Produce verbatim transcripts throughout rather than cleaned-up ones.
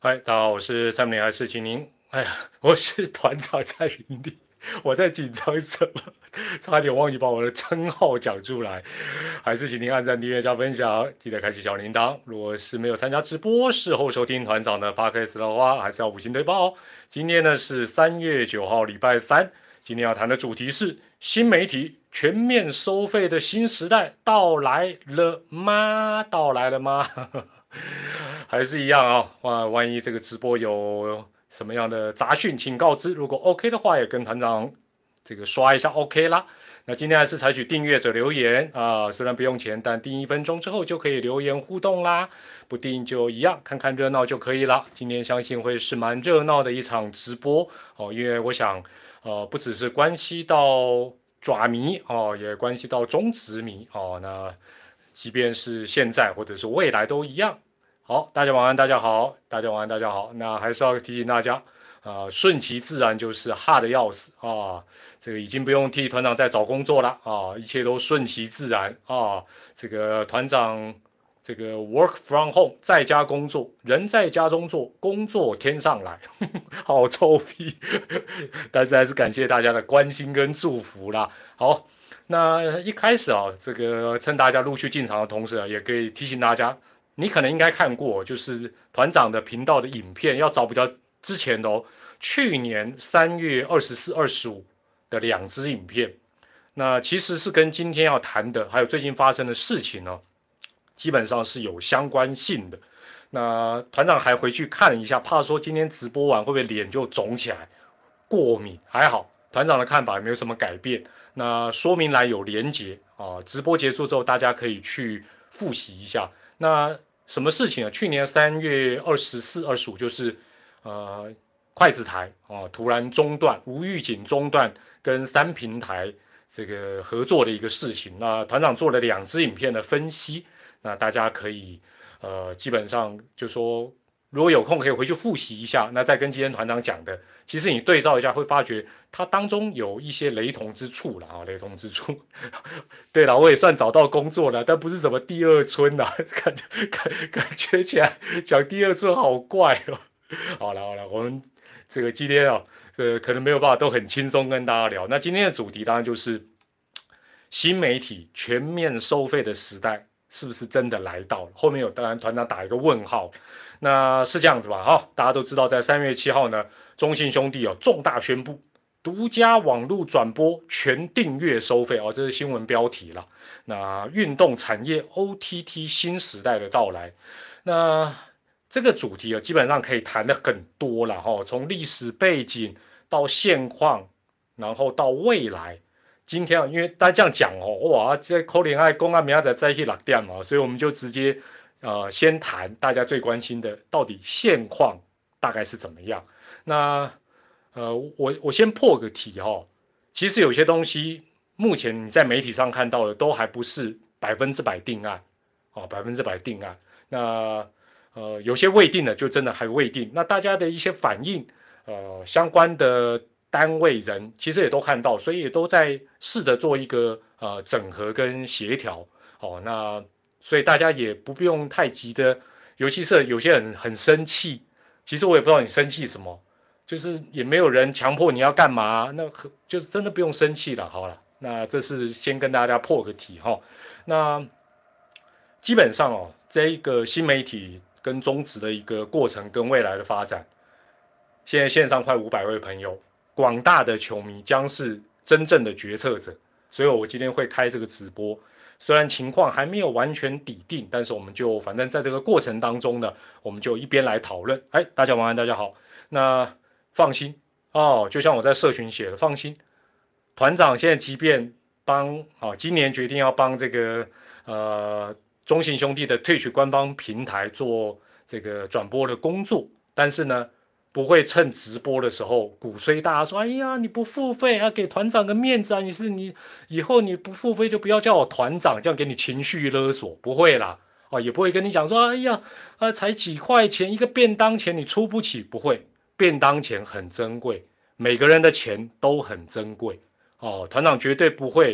嗨，大家好，我是蔡明，还是请您？哎呀，我是团长蔡云丽，我在紧张什么？差点忘记把我的称号讲出来，还是请您按赞、订阅、加分享，记得开启小铃铛。如果是没有参加直播，事后收听团长的 podcast 的话，还是要五星推报哦。今天呢是三月九号，礼拜三，今天要谈的主题是新媒体全面收费的新时代到来了吗？到来了吗？还是一样啊、哇，万一这个直播有什么样的杂讯，请告知。如果 OK 的话，也跟团长这个刷一下 OK 啦。那今天还是采取订阅者留言啊，虽然不用钱，但订一分钟之后就可以留言互动啦。不订就一样，看看热闹就可以了。今天相信会是蛮热闹的一场直播哦，因为我想，呃，不只是关系到爪迷哦，也关系到中职迷哦。那即便是现在或者是未来都一样。好，大家晚安，大家好，大家晚安，大家好。那还是要提醒大家，啊、呃，顺其自然就是哈的要死啊。这个已经不用替团长再找工作了啊，一切都顺其自然啊。这个团长，这个 work from home 在家工作，人在家中做，工作天上来，好臭屁。但是还是感谢大家的关心跟祝福啦。好。那一开始啊，这个趁大家陆续进场的同时啊，也可以提醒大家，你可能应该看过，就是团长的频道的影片，要找比较之前的哦，去年三月二十四、二十五的两支影片，那其实是跟今天要谈的，还有最近发生的事情呢，基本上是有相关性的。那团长还回去看了一下，怕说今天直播完会不会脸就肿起来，过敏，还好，团长的看法也没有什么改变。那说明栏有连结啊，直播结束之后大家可以去复习一下。那什么事情啊？去年三月二十四、二十五就是呃筷子台啊突然中断，无预警中断跟三平台这个合作的一个事情。那团长做了两支影片的分析，那大家可以呃基本上就说。如果有空可以回去复习一下，那再跟今天团长讲的，其实你对照一下，会发觉它当中有一些雷同之处了啊，雷同之处。对了，我也算找到工作了，但不是什么第二春呐，感觉感感觉起来讲第二春好怪哦。好了好了，我们这个今天啊，呃，可能没有办法都很轻松跟大家聊。那今天的主题当然就是新媒体全面收费的时代是不是真的来到了？后面有当然团长打一个问号。那是这样子吧？哈，大家都知道，在三月七号呢，中信兄弟哦重大宣布，独家网络转播全订阅收费哦，这是新闻标题了。那运动产业 O T T 新时代的到来，那这个主题啊，基本上可以谈的很多了哈，从历史背景到现况，然后到未来。今天啊，因为大家这样讲哦，哇，这扣连爱公啊，明仔再去六点嘛，所以我们就直接呃先谈大家最关心的，到底现况大概是怎么样。那呃，我我先破个题哈、哦，其实有些东西目前你在媒体上看到的都还不是百分之百定案，哦，百分之百定案。那呃，有些未定的就真的还未定。那大家的一些反应，呃，相关的单位人其实也都看到，所以也都在试着做一个呃整合跟协调。哦，那所以大家也不用太急的，尤其是有些人很生气，其实我也不知道你生气什么。就是也没有人强迫你要干嘛，那就真的不用生气了。好了，那这是先跟大家破个题哈。那基本上哦，这一个新媒体跟中职的一个过程跟未来的发展，现在线上快五百位朋友，广大的球迷将是真正的决策者，所以我今天会开这个直播。虽然情况还没有完全底定，但是我们就反正在这个过程当中呢，我们就一边来讨论。哎，大家晚安，大家好。那放心哦，就像我在社群写的，放心，团长现在即便帮啊，今年决定要帮这个呃中信兄弟的退取官方平台做这个转播的工作，但是呢，不会趁直播的时候鼓吹大家说，哎呀，你不付费啊，给团长个面子啊，你是你以后你不付费就不要叫我团长，这样给你情绪勒索，不会啦。哦，也不会跟你讲说，哎呀，呃，才几块钱一个便当钱，你出不起，不会，便当钱很珍贵，每个人的钱都很珍贵。哦，团长绝对不会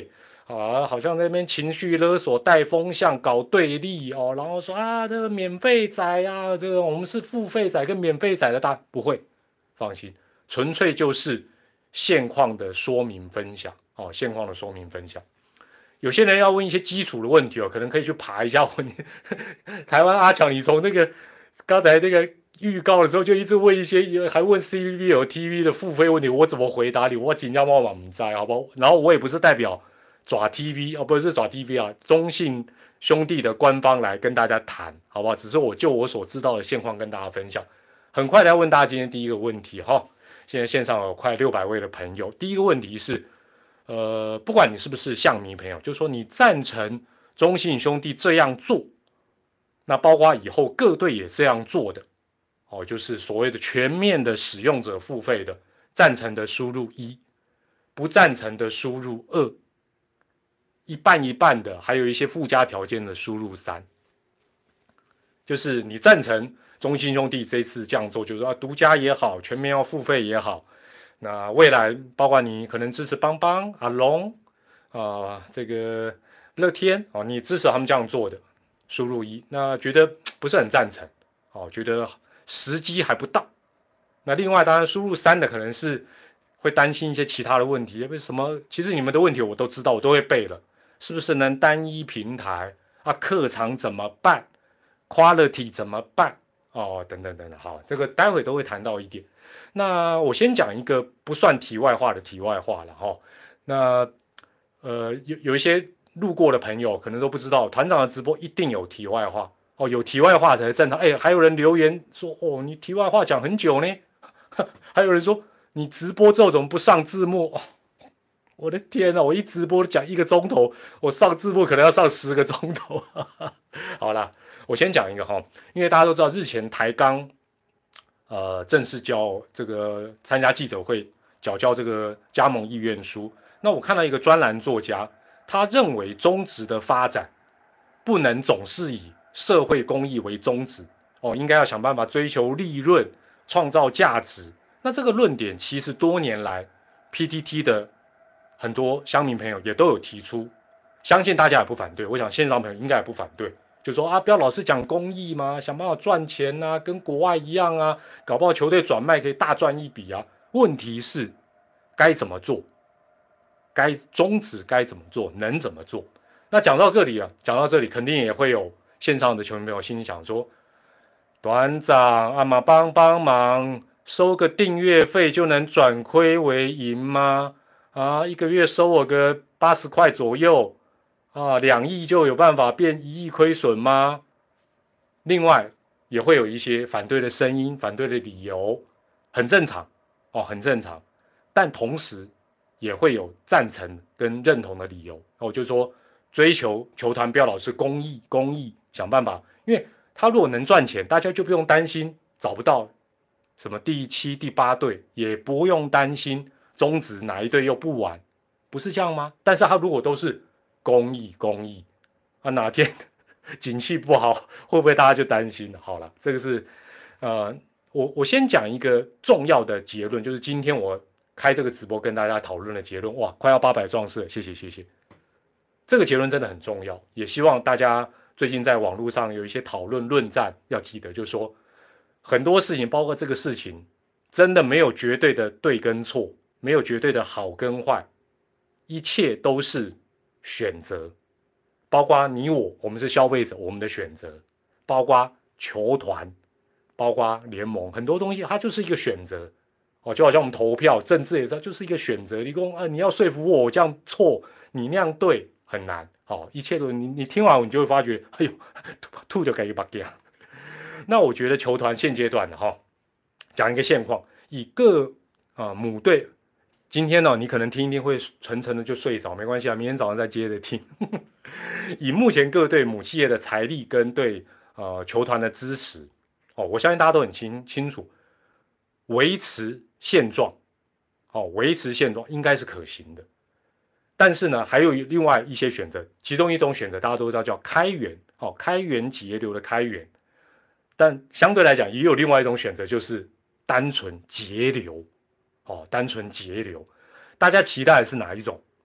啊，好像在那边情绪勒索、带风向、搞对立哦，然后说啊，这个免费仔啊，这个我们是付费仔跟免费仔的大不会，放心，纯粹就是现况的说明分享哦，现况的说明分享。有些人要问一些基础的问题哦，可能可以去爬一下问题。台湾阿强，你从那个刚才那个预告的时候就一直问一些，还问 C V B 有 T V 的付费问题，我怎么回答你？我紧张冒满不在，好不好？然后我也不是代表爪 T V 哦，不是爪 T V 啊，中信兄弟的官方来跟大家谈，好不好？只是我就我所知道的现况跟大家分享。很快来问大家今天第一个问题哈，现在线上有快六百位的朋友，第一个问题是。呃，不管你是不是象迷朋友，就是说你赞成中信兄弟这样做，那包括以后各队也这样做的，哦，就是所谓的全面的使用者付费的，赞成的输入一，不赞成的输入二，一半一半的，还有一些附加条件的输入三。就是你赞成中信兄弟这次这样做，就是说独家也好，全面要付费也好。那未来包括你可能支持邦邦、阿龙啊，这个乐天哦，你支持他们这样做的，输入一。那觉得不是很赞成哦，觉得时机还不到。那另外当然输入三的可能是会担心一些其他的问题，为什么？其实你们的问题我都知道，我都会背了，是不是能单一平台啊？客场怎么办 ？Quality 怎么办？哦，等等等等，好，这个待会都会谈到一点。那我先讲一个不算题外话的题外话了哈。那呃有有一些路过的朋友可能都不知道，团长的直播一定有题外话哦，有题外话才正常。哎，还有人留言说哦，你题外话讲很久呢。还有人说你直播之后怎么不上字幕？哦，我的天啊，我一直播讲一个钟头，我上字幕可能要上十个钟头。好啦，我先讲一个哈，因为大家都知道日前台钢。呃，正式交这个参加记者会，缴交这个加盟意愿书。那我看到一个专栏作家，他认为中职的发展不能总是以社会公益为宗旨哦，应该要想办法追求利润，创造价值。那这个论点其实多年来 P T T 的很多乡民朋友也都有提出，相信大家也不反对，我想线上朋友应该也不反对。就说啊，不要老是讲公益嘛，想办法赚钱啊，跟国外一样啊，搞不好球队转卖可以大赚一笔啊。问题是该怎么做？该宗旨该怎么做？能怎么做？那讲到这里啊，讲到这里，肯定也会有线上的球迷朋友心里想说，团长啊嘛帮帮忙，收个订阅费就能转亏为盈吗？啊，一个月收我个八十块左右。啊，两亿就有办法变一亿亏损吗？另外也会有一些反对的声音、反对的理由，很正常哦，很正常。但同时也会有赞成跟认同的理由哦，就是说追求球团不要老是公益、公益，想办法，因为他如果能赚钱，大家就不用担心找不到什么第七、第八队，也不用担心中职哪一队又不玩，不是这样吗？但是他如果都是公益公益啊，哪天景气不好，会不会大家就担心了？好了，这个是呃，我我先讲一个重要的结论，就是今天我开这个直播跟大家讨论的结论。哇，快要八百壮士了，谢谢谢谢。这个结论真的很重要，也希望大家最近在网络上有一些讨论论战，要记得就是说很多事情，包括这个事情，真的没有绝对的对跟错，没有绝对的好跟坏，一切都是选择，包括你我，我们是消费者，我们的选择，包括球团，包括联盟，很多东西它就是一个选择哦，就好像我们投票，政治也是，就是一个选择。你说啊，你要说服我，我这样错，你那样对，很难。好、哦，一切都你你听完你就会发觉，哎呦，吐就给一把掉。那我觉得球团现阶段的哈，讲一个现况，以各啊、呃、母队。今天呢、哦，你可能听一听会沉沉的就睡着，没关系啊，明天早上再接着听。以目前各队母企业的财力跟对呃球团的支持，哦，我相信大家都很清清楚，维持现状，哦，维持现状应该是可行的。但是呢，还有另外一些选择，其中一种选择大家都知道叫开源，哦，开源节流的开源。但相对来讲，也有另外一种选择，就是单纯节流。哦，单纯节流，大家期待的是哪一种？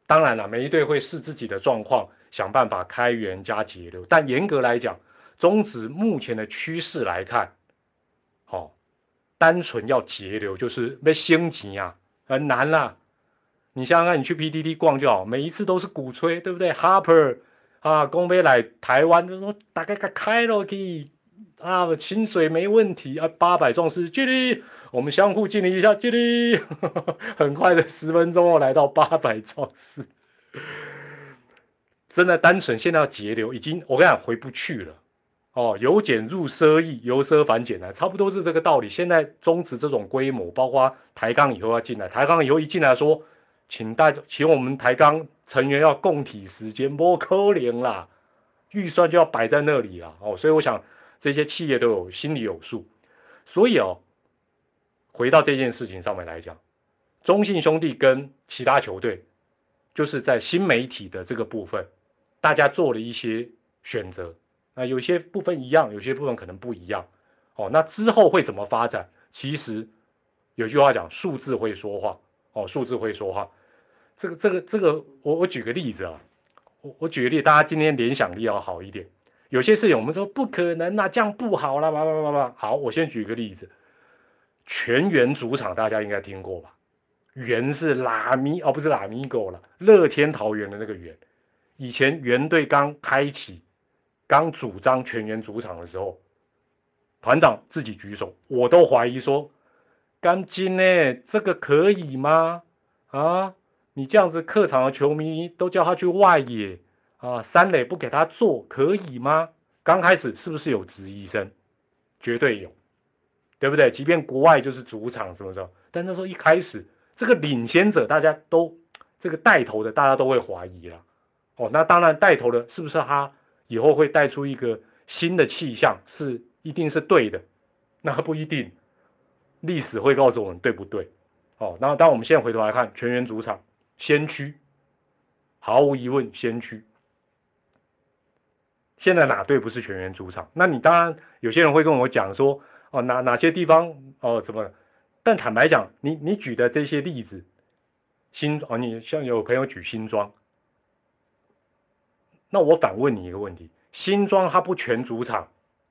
当然了，每一队会视自己的状况，想办法开源加节流。但严格来讲，中职目前的趋势来看，哦，单纯要节流就是被升级啊，很难啦。你想想看，你去 P T T 逛就好，每一次都是鼓吹，对不对 ？Harper 啊，公杯来台湾就说大概开了可以啊，薪水没问题啊，八百壮士距离。我们相互敬礼一下，敬礼。很快的十分钟后来到八百壮士，真的单纯现在要节流，已经我跟你讲回不去了。哦，由俭入奢易，由奢反俭难，差不多是这个道理。现在中职这种规模，包括台钢以后要进来，台钢以后一进来说，请大请我们台钢成员要共体时间，不可能啦，预算就要摆在那里啦。哦，所以我想这些企业都有心里有数。所以哦，回到这件事情上面来讲，中信兄弟跟其他球队，就是在新媒体的这个部分，大家做了一些选择。啊，有些部分一样，有些部分可能不一样。哦，那之后会怎么发展？其实有句话讲，数字会说话。哦，数字会说话。这个、这个、这个，我我举个例子啊，我我举个例，大家今天联想力要好一点。有些事情我们说不可能啊，这样不好啦，叭叭叭叭。好，我先举个例子，全员主场大家应该听过吧？员是拉米哦，不是拉米狗了，乐天桃园的那个员。以前员队刚开启。刚主张全员主场的时候，团长自己举手，我都怀疑说，干金呢，这个可以吗？啊，你这样子客场的球迷都叫他去外野啊，三垒不给他做，可以吗？刚开始是不是有质疑声？绝对有，对不对？即便国外就是主场什么的，但那时候一开始，这个领先者大家都这个带头的，大家都会怀疑啦。哦，那当然带头的是不是他？以后会带出一个新的气象，是一定是对的，那不一定，历史会告诉我们对不对？哦，那当我们现在回头来看，全员主场先驱，毫无疑问先驱。现在哪队不是全员主场？那你当然有些人会跟我讲说，哦，哪哪些地方哦怎么？但坦白讲，你你举的这些例子，新哦，你像有朋友举新庄。那我反问你一个问题：新庄它不全主场，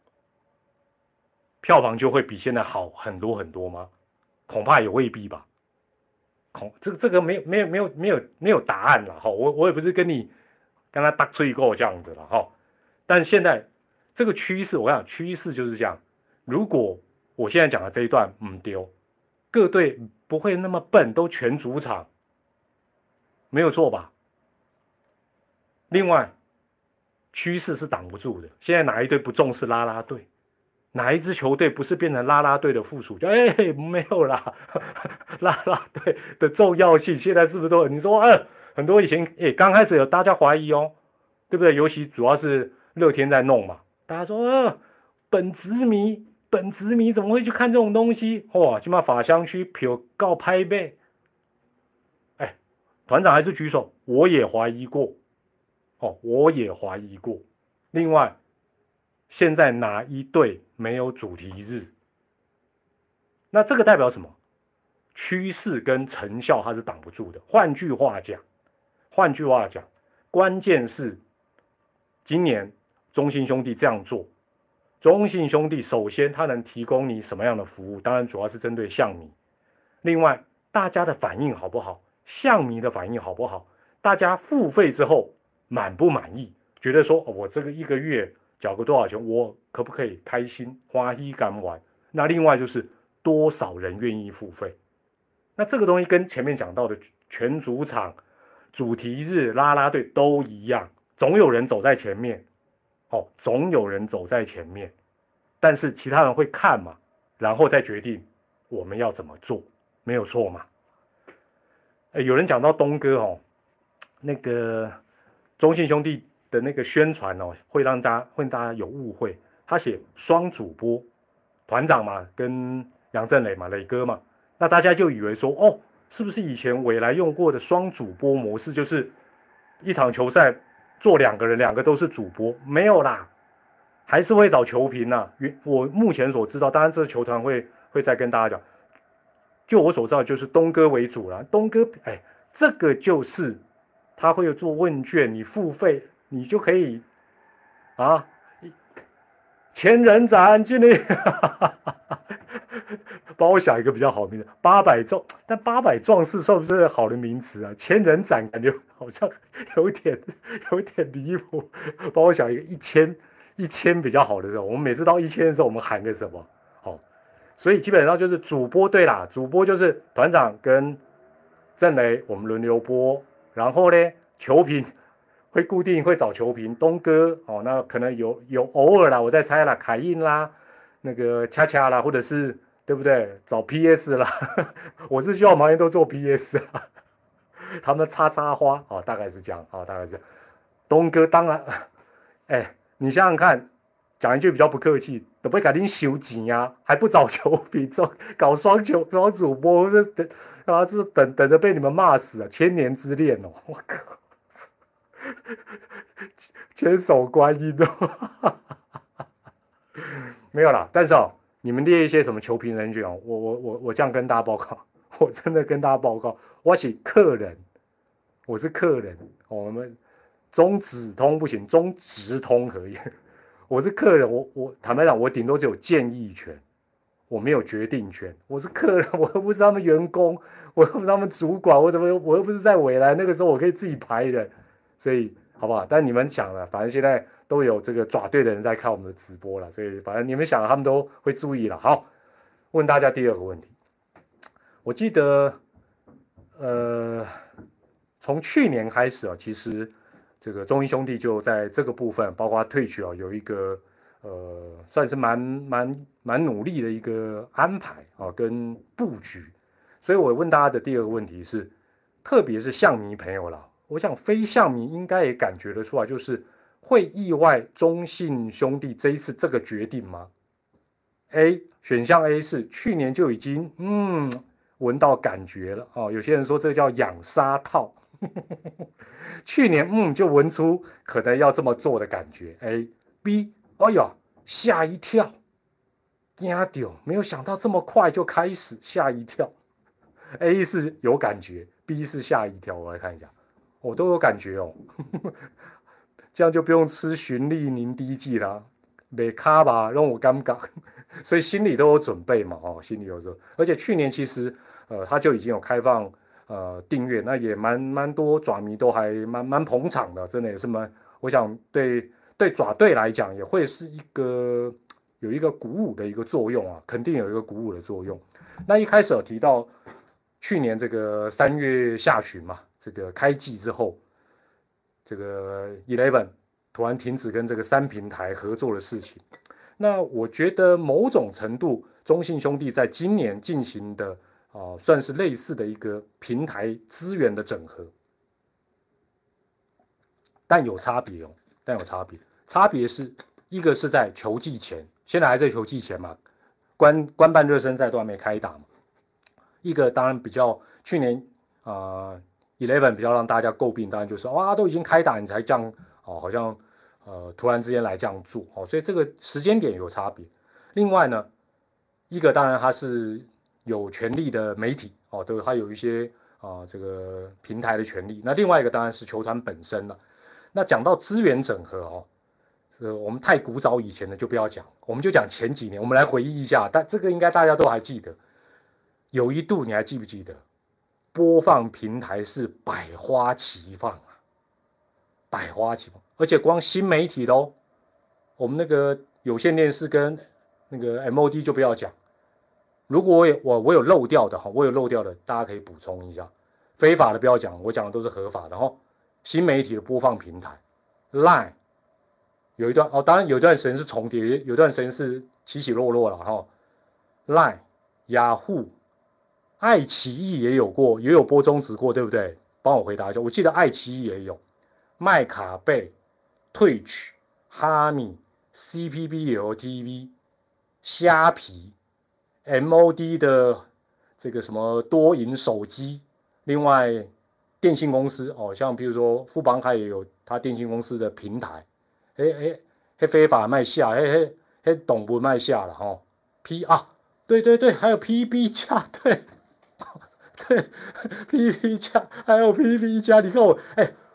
票房就会比现在好很多很多吗？恐怕也未必吧。恐这个这个没有没有没有没有没有答案了哈。我我也不是跟你跟他打吹够这样子了哈。但现在这个趋势，我讲趋势就是这样。如果我现在讲的这一段唔丢，各队不会那么笨，都全主场，没有错吧？另外。趋势是挡不住的。现在哪一队不重视啦啦队？哪一支球队不是变成啦啦队的附属？哎，没有啦，啦啦队的重要性现在是不是都？你说，呃，很多以前，哎，刚开始有大家怀疑哦，对不对？尤其主要是乐天在弄嘛，大家说，呃，本职迷，本职迷怎么会去看这种东西？哇，起码法香区票告拍背。哎，团长还是举手，我也怀疑过。哦，我也怀疑过。另外，现在哪一队没有主题日？那这个代表什么？趋势跟成效它是挡不住的。换句话讲，换句话讲，关键是今年中信兄弟这样做。中信兄弟首先它能提供你什么样的服务？当然主要是针对象迷。另外，大家的反应好不好？象迷的反应好不好？大家付费之后。满不满意？觉得说、哦、我这个一个月缴个多少钱，我可不可以开心花一敢玩？那另外就是多少人愿意付费？那这个东西跟前面讲到的全主场、主题日、啦啦队都一样，总有人走在前面，哦，总有人走在前面，但是其他人会看嘛，然后再决定我们要怎么做，没有错嘛？有人讲到东哥哦，那个。中信兄弟的那个宣传哦，会让大家会大家有误会。他写双主播，团长嘛，跟杨振磊嘛，磊哥嘛，那大家就以为说，哦，是不是以前未来用过的双主播模式，就是一场球赛做两个人，两个都是主播？没有啦，还是会找球评呐。我目前所知道，当然这个球团会会再跟大家讲。就我所知道，就是东哥为主啦。东哥，哎，这个就是。 他会有做问卷，你付费，你就可以啊，千人斩经理，帮我想一个比较好名字，八百壮，但八百壮士算不是好的名词啊？千人斩感觉好像有点有点离谱，帮我想一个一千一千比较好的时候，我们每次到一千的时候，我们喊个什么？好、哦，所以基本上就是主播对啦，主播就是团长跟郑雷，我们轮流播，然后呢，球评。会固定会找球评，东哥哦，那可能有有偶尔啦，我在猜啦，凯印啦，那个恰恰啦，或者是对不对？找 P S 啦，我是希望旁边都做 P S 啊，他们插插花哦，大概是这样啊、哦，大概是东哥当然，哎，你想想看，讲一句比较不客气，都不会赶紧收钱啊，还不找球评做搞双球双主播，这等啊这等等着被你们骂死啊，千年之恋哦，我靠！千手观音哦，没有啦。但是哦，你们列一些什么球评人选哦，我我我我这样跟大家报告，我真的跟大家报告，我是客人，我是客人，哦、我们中指通不行，中直通可以。我是客人，我我坦白讲，我顶多只有建议权，我没有决定权。我是客人，我又不是他们员工，我又不是他们主管，我怎么我又不是在未来那个时候我可以自己排人。所以好不好？但你们想了，反正现在都有这个爪队的人在看我们的直播了，所以反正你们想了，他们都会注意了。好，问大家第二个问题，我记得，呃，从去年开始啊，其实这个中英兄弟就在这个部分，包括退去啊，有一个呃，算是蛮蛮蛮努力的一个安排啊，跟布局。所以我问大家的第二个问题是，特别是象迷朋友了。我想非象迷应该也感觉得出来，就是会意外中信兄弟这一次这个决定吗 ？A 选项 A 是去年就已经嗯闻到感觉了哦，有些人说这叫养沙套，去年嗯就闻出可能要这么做的感觉。A B 哎呦吓一跳，惊到没有想到这么快就开始吓一跳。A 是有感觉 ，B 是吓一跳，我来看一下。我、哦、都有感觉哦，这样就不用吃循利宁滴剂啦，没卡吧，让我尴尬，所以心里都有准备嘛，哦，心里有准备。而且去年其实，呃，他就已经有开放呃订阅，那也蛮蛮多爪迷都还蛮蛮捧场的，真的也是蛮，我想对对爪队来讲也会是一个有一个鼓舞的一个作用啊，肯定有一个鼓舞的作用。那一开始有提到去年这个三月下旬嘛。这个开季之后，这个 Eleven 突然停止跟这个三平台合作的事情，那我觉得某种程度，中信兄弟在今年进行的啊、呃，算是类似的一个平台资源的整合，但有差别哦，但有差别，差别是一个是在球季前，现在还在球季前嘛，官官办热身赛都还没开打嘛，一个当然比较去年啊。呃Eleven 比较让大家诟病，当然就是哇，都已经开打，你才这样哦，好像呃突然之间来这样做哦，所以这个时间点有差别。另外呢，一个当然它是有权利的媒体哦，都它有一些啊、呃、这个平台的权利。那另外一个当然是球团本身了。那讲到资源整合哦，呃，我们太古早以前的就不要讲，我们就讲前几年，我们来回忆一下，但这个应该大家都还记得，有一度你还记不记得？播放平台是百花齐放啊，百花齐放，而且光新媒体的哦，我们那个有线电视跟那个 M O D 就不要讲，如果我有我我有漏掉的哈，我有漏掉的，大家可以补充一下。非法的不要讲，我讲的都是合法的哈。新媒体的播放平台 ，Line 有一段哦，当然有一段时间是重叠，有段时间是起起落落了哈。Line、雅虎。爱奇艺也有过，也有播中职过，对不对？帮我回答一下。我记得爱奇艺也有，麦卡贝、Twitch、哈米、C P B L T V、虾皮、M O D 的这个什么多赢手机，另外电信公司哦，像比如说富邦它也有它电信公司的平台，哎哎，黑非法卖下，嘿嘿嘿，懂不卖下了哈、哦、？P 啊，对对对，还有 P B 价，对。对 ，P P 加还有 P P 加，你看我，哎，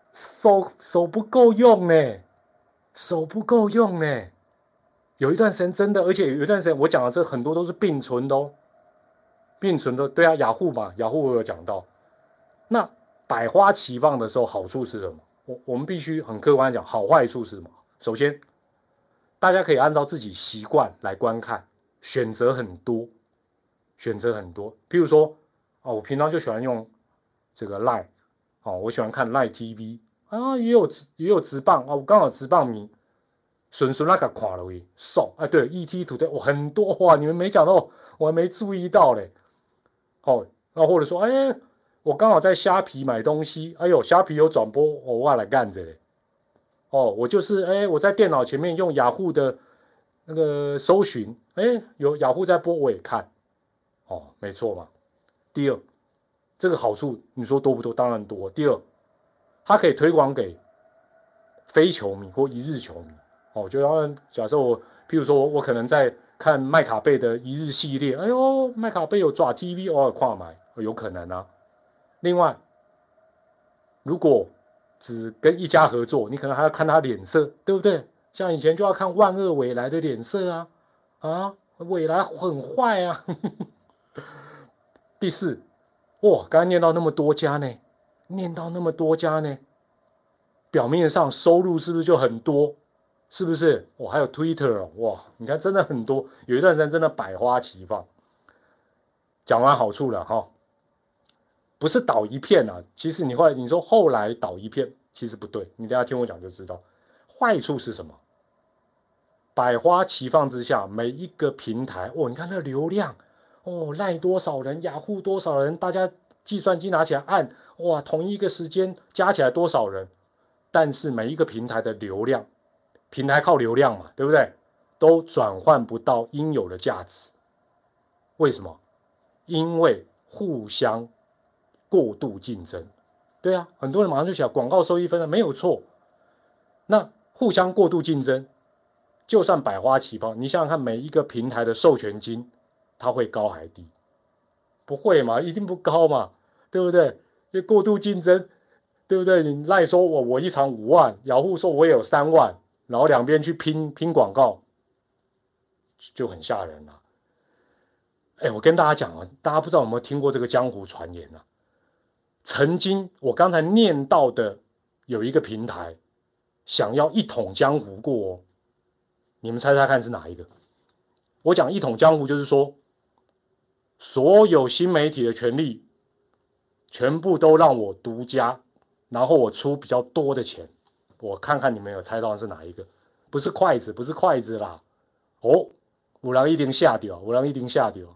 手手不够用呢，手不够用呢。有一段时间真的，而且有一段时间我讲的这很多都是并存的哦，并存的，对啊，雅虎嘛，雅虎我有讲到。那百花齐放的时候，好处是什么？我我们必须很客观讲，好坏处是什么？首先，大家可以按照自己习惯来观看，选择很多，选择很多。譬如说，哦，我平常就喜欢用这个 Line， 哦，我喜欢看 Line T V 啊，也有也有直棒啊，我刚好直棒迷，顺顺那个看了喂，送哎，对 ，E T Today 我很多哇，你们没讲到，我还没注意到嘞。哦，那或者说，哎，我刚好在虾皮买东西，哎呦，虾皮有转播，哦，我来干着嘞。哦，我就是哎，我在电脑前面用雅虎的那个搜寻，哎，有雅虎在播，我也看。哦，没错嘛。第二，这个好处你说多不多？当然多。第二，它可以推广给非球迷或一日球迷。哦，就让假设我，譬如说我我可能在看麦卡贝的一日系列，哎呦，麦卡贝有抓 T V， 偶尔跨买，有可能啊。另外，如果只跟一家合作，你可能还要看他脸色，对不对？像以前就要看万恶未来的脸色啊，啊，未来很坏啊。第四，哇，刚才念到那么多家呢，念到那么多家呢，表面上收入是不是就很多？是不是？我、哦、还有 Twitter 哦，哇，你看真的很多，有一段时间真的百花齐放。讲完好处了哈，不是倒一片啊，其实你后来你说后来倒一片，其实不对，你等下听我讲就知道。坏处是什么？百花齐放之下，每一个平台，哦，你看那流量，哦，赖多少人，雅虎多少人，大家计算机拿起来按，哇，同一个时间加起来多少人？但是每一个平台的流量，平台靠流量嘛，对不对？都转换不到应有的价值。为什么？因为互相过度竞争。对啊，很多人马上就想广告收益分了，没有错。那互相过度竞争，就算百花齐放，你想想看，每一个平台的授权金，它会高还低？不会嘛，一定不高嘛，对不对？因为过度竞争，对不对？你赖说我我一场五万，雅虎说我也有三万，然后两边去拼拼广告，就很吓人了。哎，我跟大家讲啊，大家不知道有没有听过这个江湖传言啊？曾经我刚才念到的有一个平台想要一统江湖过哦，你们猜猜看是哪一个？我讲一统江湖就是说，所有新媒体的权利全部都让我独家，然后我出比较多的钱。我看看你们有猜到是哪一个？不是筷子，不是筷子啦。哦，五郎一定下掉，五郎一定下掉，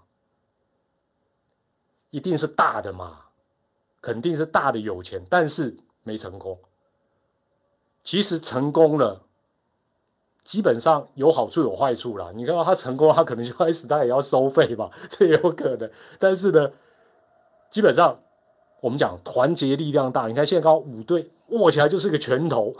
一定是大的嘛，肯定是大的有钱，但是没成功。其实成功了，基本上有好处有坏处啦。你看到他成功，他可能就开始他也要收费吧，这也有可能。但是呢，基本上我们讲团结力量大。你看现在刚好五队握起来就是个拳头，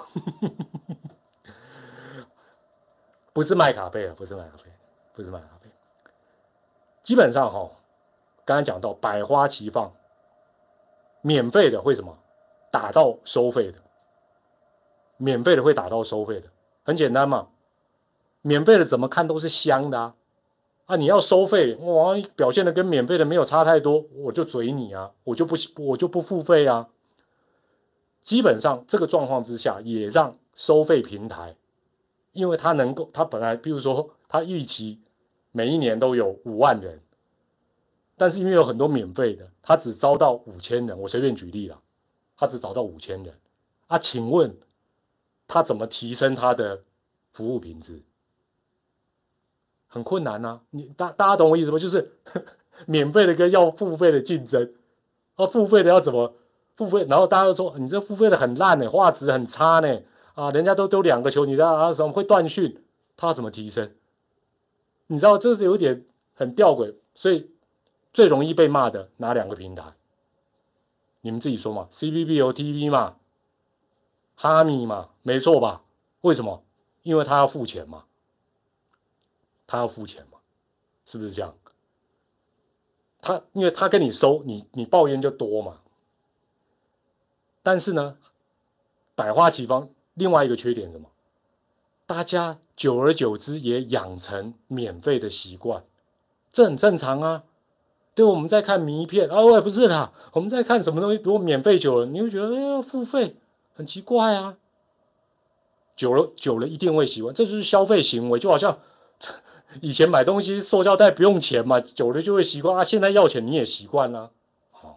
不是麦卡贝了，不是麦卡贝，不是麦卡贝。基本上哈、哦，刚才讲到百花齐放，免费的会什么打到收费的，免费的会打到收费的，很简单嘛。免费的怎么看都是香的啊，啊你要收费，哇，表现的跟免费的没有差太多，我就嘴你啊，我就不我就不付费啊。基本上这个状况之下，也让收费平台，因为它能够，它本来比如说它预期每一年都有五万人，但是因为有很多免费的，它只招到五千人，我随便举例了，它只招到五千人啊，请问它怎么提升它的服务品质？很困难啊，你大大家懂我意思吗？就是呵呵免费的跟要付费的竞争，啊，付费的要怎么付费？然后大家都说你这付费的很烂呢，画质很差呢，啊，人家都丢两个球，你知道啊什么会断讯？他怎么提升？你知道这是有点很吊诡，所以最容易被骂的哪两个平台？你们自己说嘛 ，C B B O T V 嘛，哈米嘛，没错吧？为什么？因为他要付钱嘛。他要付钱嘛，是不是这样？他因为他跟你收，你你抱怨就多嘛。但是呢， 百花齐放，另外一个缺点是什么？大家久而久之也养成免费的习惯，这很正常啊。对，我们在看迷片啊，我也不是啦，我们在看什么东西，如果免费久了，你会觉得哎呀付费很奇怪啊。久了久了一定会习惯，这就是消费行为，就好像以前买东西塑胶袋不用钱嘛，久了就会习惯啊。现在要钱你也习惯啦。好，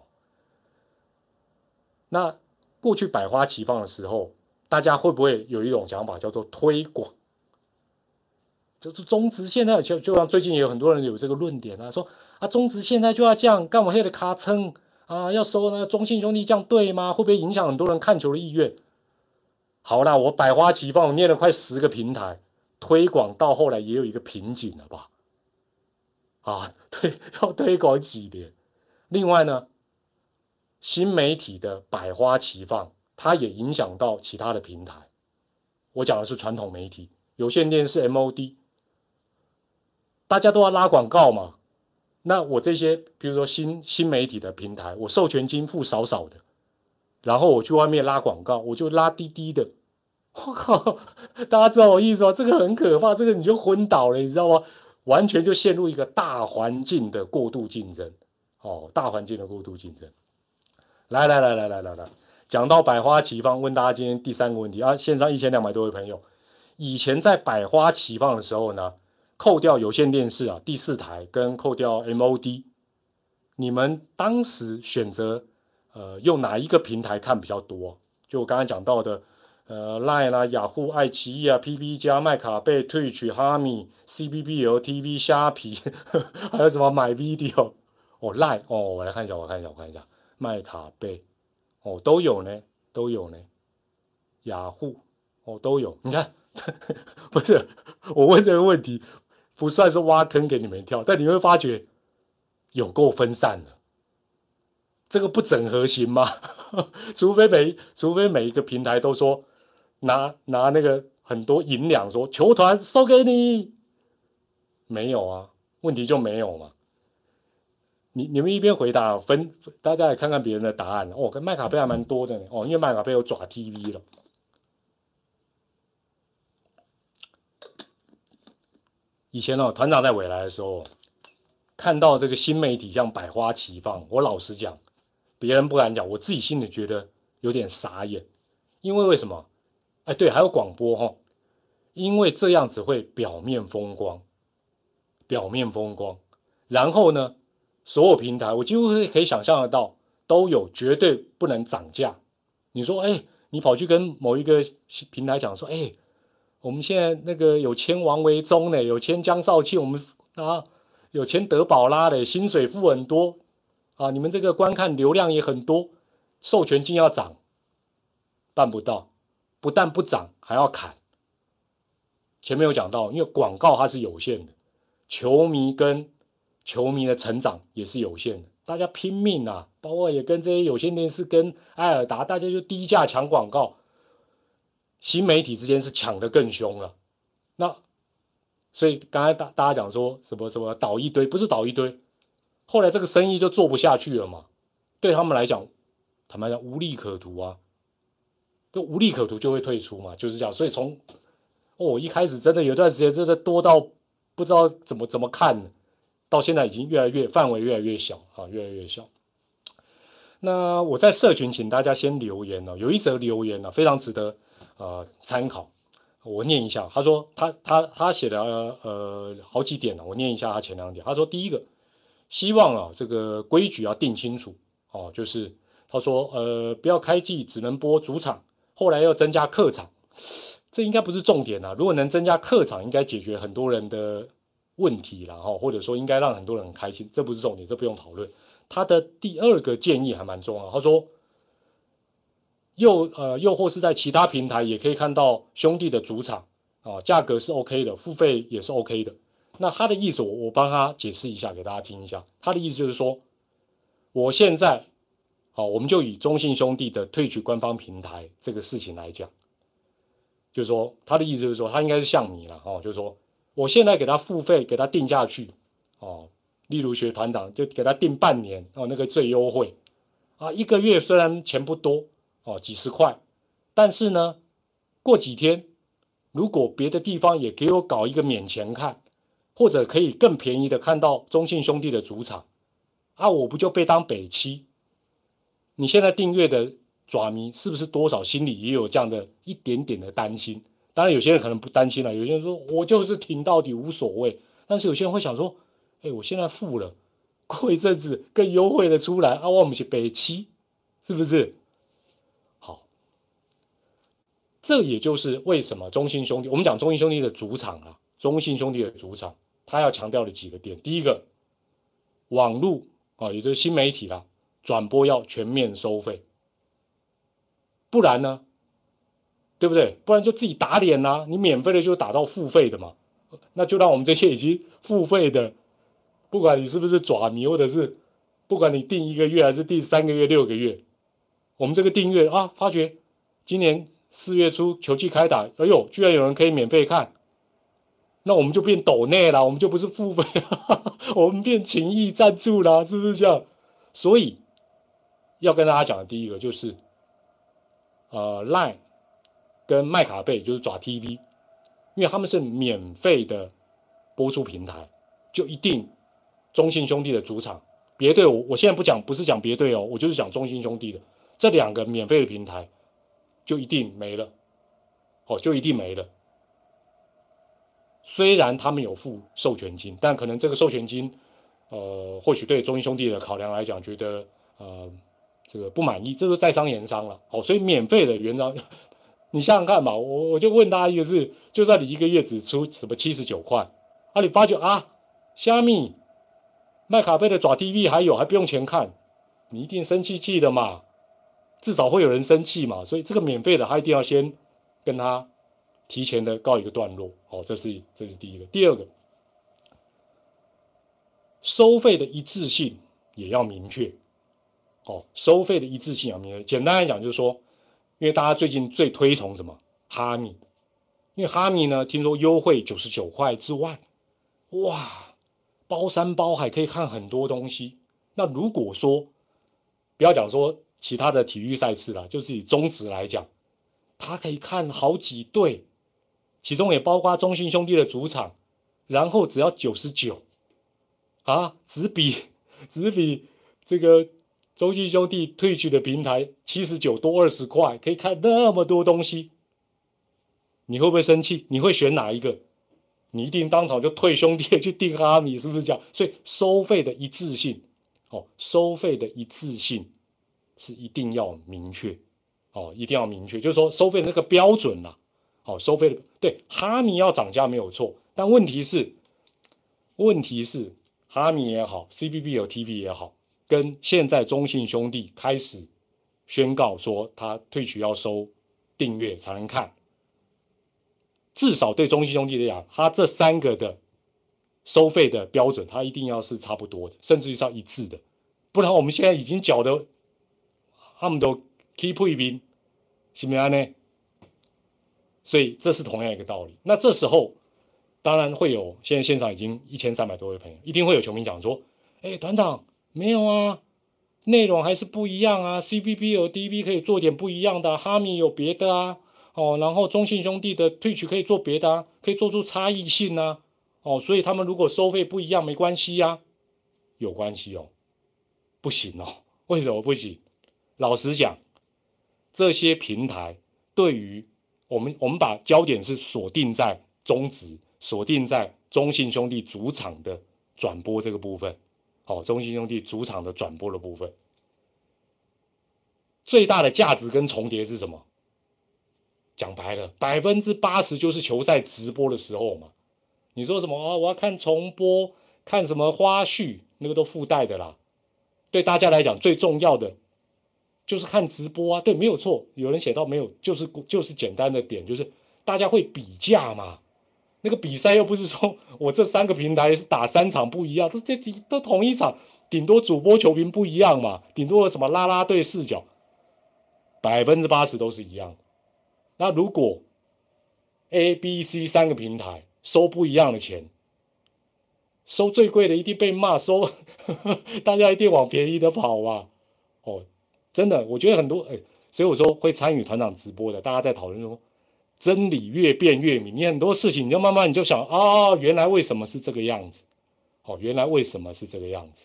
那过去百花齐放的时候，大家会不会有一种想法叫做推广？就是中职现在就就像最近也有很多人有这个论点啊，说啊中职现在就要这样，干我黑的卡称啊，要收那个中信兄弟这样对吗？会不会影响很多人看球的意愿？好啦，我百花齐放，我念了快十个平台，推广到后来也有一个瓶颈了吧？啊，推要推广几年？另外呢，新媒体的百花齐放，它也影响到其他的平台。我讲的是传统媒体，有线电视 M O D， 大家都要拉广告嘛。那我这些，比如说新新媒体的平台，我授权金付少少的，然后我去外面拉广告，我就拉低低的。我靠，大家知道我意思吗？这个很可怕，这个你就昏倒了，你知道吗？完全就陷入一个大环境的过度竞争。哦，大环境的过度竞争。来来来来来来来，讲到百花齐放，问大家今天第三个问题啊，线上一千两百多位朋友，以前在百花齐放的时候呢，扣掉有线电视啊第四台跟扣掉 M O D， 你们当时选择呃用哪一个平台看比较多？就我刚才讲到的。呃 ，Line 啦、雅虎、爱奇艺啊、P P 加、麦卡贝、Twitch、哈米、C B B L T V、虾皮，还有什么买 Video 哦 ，Line 哦，我来看一下，我看一下，我看一下，麦卡贝哦都有呢，都有呢，雅虎哦都有，你看，不是我问这个问题不算是挖坑给你们跳，但你会发觉有够分散的。这个不整合行吗？除非每除非每一个平台都说。拿拿那个很多银两说球团收给你，没有啊，问题就没有嘛。你你们一边回答分，大家来看看别人的答案哦。跟麦卡贝还蛮多的呢哦，因为麦卡贝有爪 T V 了。以前哦，团长在未来的时候，看到这个新媒体像百花齐放，我老实讲，别人不敢讲，我自己心里觉得有点傻眼，因为为什么？哎，对，还有广播哈、哦，因为这样子会表面风光，表面风光，然后呢，所有平台我几乎可以想象得到，都有绝对不能涨价。你说，哎，你跑去跟某一个平台讲说，哎，我们现在那个有签王维忠呢，有签江少庆，我们啊有签德保拉的，薪水付很多啊，你们这个观看流量也很多，授权金要涨，办不到。不但不涨，还要砍。前面有讲到，因为广告它是有限的，球迷跟球迷的成长也是有限的，大家拼命啊，包括也跟这些有线电视、跟埃尔达，大家就低价抢广告。新媒体之间是抢得更凶了。那所以刚才大大家讲说什么什么倒一堆，不是倒一堆，后来这个生意就做不下去了嘛。对他们来讲，坦白讲无利可图啊。就无利可图就会退出嘛，就是这样。所以从哦一开始真的有段时间真的多到不知道怎么怎么看，到现在已经越来越范围越来越小啊，越来越小。那我在社群请大家先留言呢、哦，有一则留言呢、啊、非常值得呃参考，我念一下。他说他他他写了呃好几点呢、啊，我念一下他前两点。他说第一个，希望啊这个规矩要定清楚哦，就是他说呃不要开季只能播主场。后来要增加客场，这应该不是重点啊。如果能增加客场，应该解决很多人的问题啦，哈，或者说应该让很多人很开心，这不是重点，这不用讨论。他的第二个建议还蛮重要，他说，又呃又或是在其他平台也可以看到兄弟的主场啊，价格是 OK 的，付费也是 OK 的。那他的意思我我帮他解释一下，给大家听一下。他的意思就是说，我现在。好，我们就以中信兄弟的退取官方平台这个事情来讲，就是说他的意思就是说，他应该是像你了哦，就是说我现在给他付费，给他定下去哦，例如学团长就给他定半年哦，那个最优惠啊，一个月虽然钱不多哦，几十块， 但是呢，过几天如果别的地方也给我搞一个免钱看，或者可以更便宜的看到中信兄弟的主场，啊，我不就被当北七？你现在订阅的爪迷是不是多少心里也有这样的一点点的担心？当然有些人可能不担心了，有些人说我就是挺到底无所谓，但是有些人会想说，哎，我现在付了，过一阵子更优惠的出来啊，我们是北七，是不是？好，这也就是为什么中信兄弟，我们讲中信兄弟的主场啊，中信兄弟的主场，他要强调的几个点，第一个，网络啊，也就是新媒体啦，转播要全面收费，不然呢，对不对？不然就自己打脸啦、啊，你免费的就打到付费的嘛，那就让我们这些已经付费的，不管你是不是爪迷，或者是不管你订一个月还是订三个月、六个月，我们这个订阅啊，发觉今年四月初球季开打，哎呦，居然有人可以免费看，那我们就变抖内啦，我们就不是付费啦，我们变情谊赞助啦，是不是这样？所以要跟大家讲的第一个就是，呃 ，Line 跟麦卡贝就是爪 T V， 因为他们是免费的播出平台，就一定中信兄弟的主场，别队我我现在不讲，不是讲别队哦，我就是讲中信兄弟的这两个免费的平台，就一定没了，哦，就一定没了。虽然他们有付授权金，但可能这个授权金，呃，或许对中信兄弟的考量来讲，觉得呃这个不满意，这是在商言商了。好，所以免费的原则，你想想看嘛，我我就问大家一个是，就算你一个月只出什么七十九块，啊，你发觉啊，虾米、麦卡贝的爪 T V 还有还不用钱看，你一定生气气的嘛，至少会有人生气嘛，所以这个免费的他一定要先跟他提前的告一个段落，哦，这是这是第一个。第二个，收费的一致性也要明确，哦，收费的一致性要明确。简单来讲就是说，因为大家最近最推崇什么哈密，因为哈密呢，听说优惠九十九块之外，哇，包山包海可以看很多东西。那如果说不要讲说其他的体育赛事啦，就是以中职来讲，他可以看好几队，其中也包括中信兄弟的主场，然后只要九十九啊，只比只比这个中信兄弟退去的平台七十九多二十块，可以看那么多东西，你会不会生气？你会选哪一个？你一定当场就退兄弟去订哈密，是不是这样？所以收费的一致性，哦，收费的一致性是一定要明确，哦，一定要明确，就是说收费那个标准啦、啊，哦，收费的对哈密要涨价没有错，但问题是，问题是哈密也好 ，C B B 有 T V 也好，跟现在中信兄弟开始宣告说他退取要收订阅才能看。至少对中信兄弟来讲，它这三个的收费的标准，它一定要是差不多的，甚至于是要一致的，不然我们现在已经缴的，他们都 keep 一兵，是不是呢？所以这是同样一个道理。那这时候当然会有，现在现场已经一千三百多位朋友，一定会有球迷讲说：“哎，团长没有啊，内容还是不一样啊 ，C B B 有 D V 可以做点不一样的、啊，哈密有别的啊。”哦，然后中信兄弟的退取可以做别的啊，可以做出差异性啊，哦，所以他们如果收费不一样没关系啊，有关系哦，不行哦，为什么不行？老实讲，这些平台对于我们，我们把焦点是锁定在中职，锁定在中信兄弟主场的转播这个部分，哦，中信兄弟主场的转播的部分，最大的价值跟重叠是什么？讲白了，百分之八十就是球赛直播的时候嘛。你说什么啊？我要看重播，看什么花絮，那个都附带的啦。对大家来讲，最重要的就是看直播啊。对，没有错。有人写到没有，就是就是简单的点，就是大家会比价嘛。那个比赛又不是说我这三个平台是打三场不一样，这这都同一场，顶多主播球评不一样嘛，顶多什么啦啦队视角，百分之八十都是一样。那如果 A、B、C 三个平台收不一样的钱，收最贵的一定被骂，收呵呵大家一定往便宜的跑嘛。哦，真的，我觉得很多，哎， 所以我说会参与团长直播的，大家在讨论说，真理越辩越明，你很多事情你就慢慢你就想啊、哦，原来为什么是这个样子？哦，原来为什么是这个样子？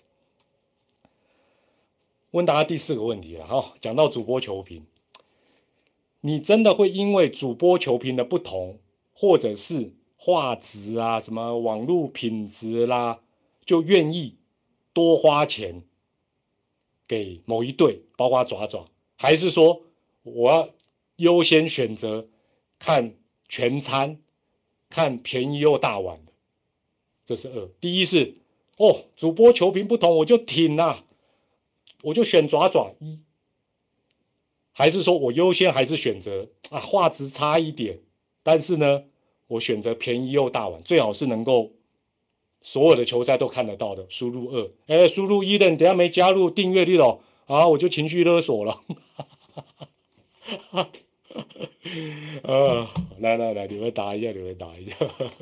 问大家第四个问题了哈、哦，讲到主播球评，你真的会因为主播球评的不同，或者是画质啊、什么网络品质啦，就愿意多花钱给某一队，包括爪爪，还是说我要优先选择看全餐，看便宜又大碗的？这是二。第一是哦，主播球评不同，我就挺啊，我就选爪爪一。还是说我优先还是选择啊画质差一点，但是呢，我选择便宜又大碗，最好是能够所有的球赛都看得到的。输入二，哎，输入一的你等下没加入订阅率哦，啊，我就情绪勒索了。呃，来来来，你们打一下，你们打一下。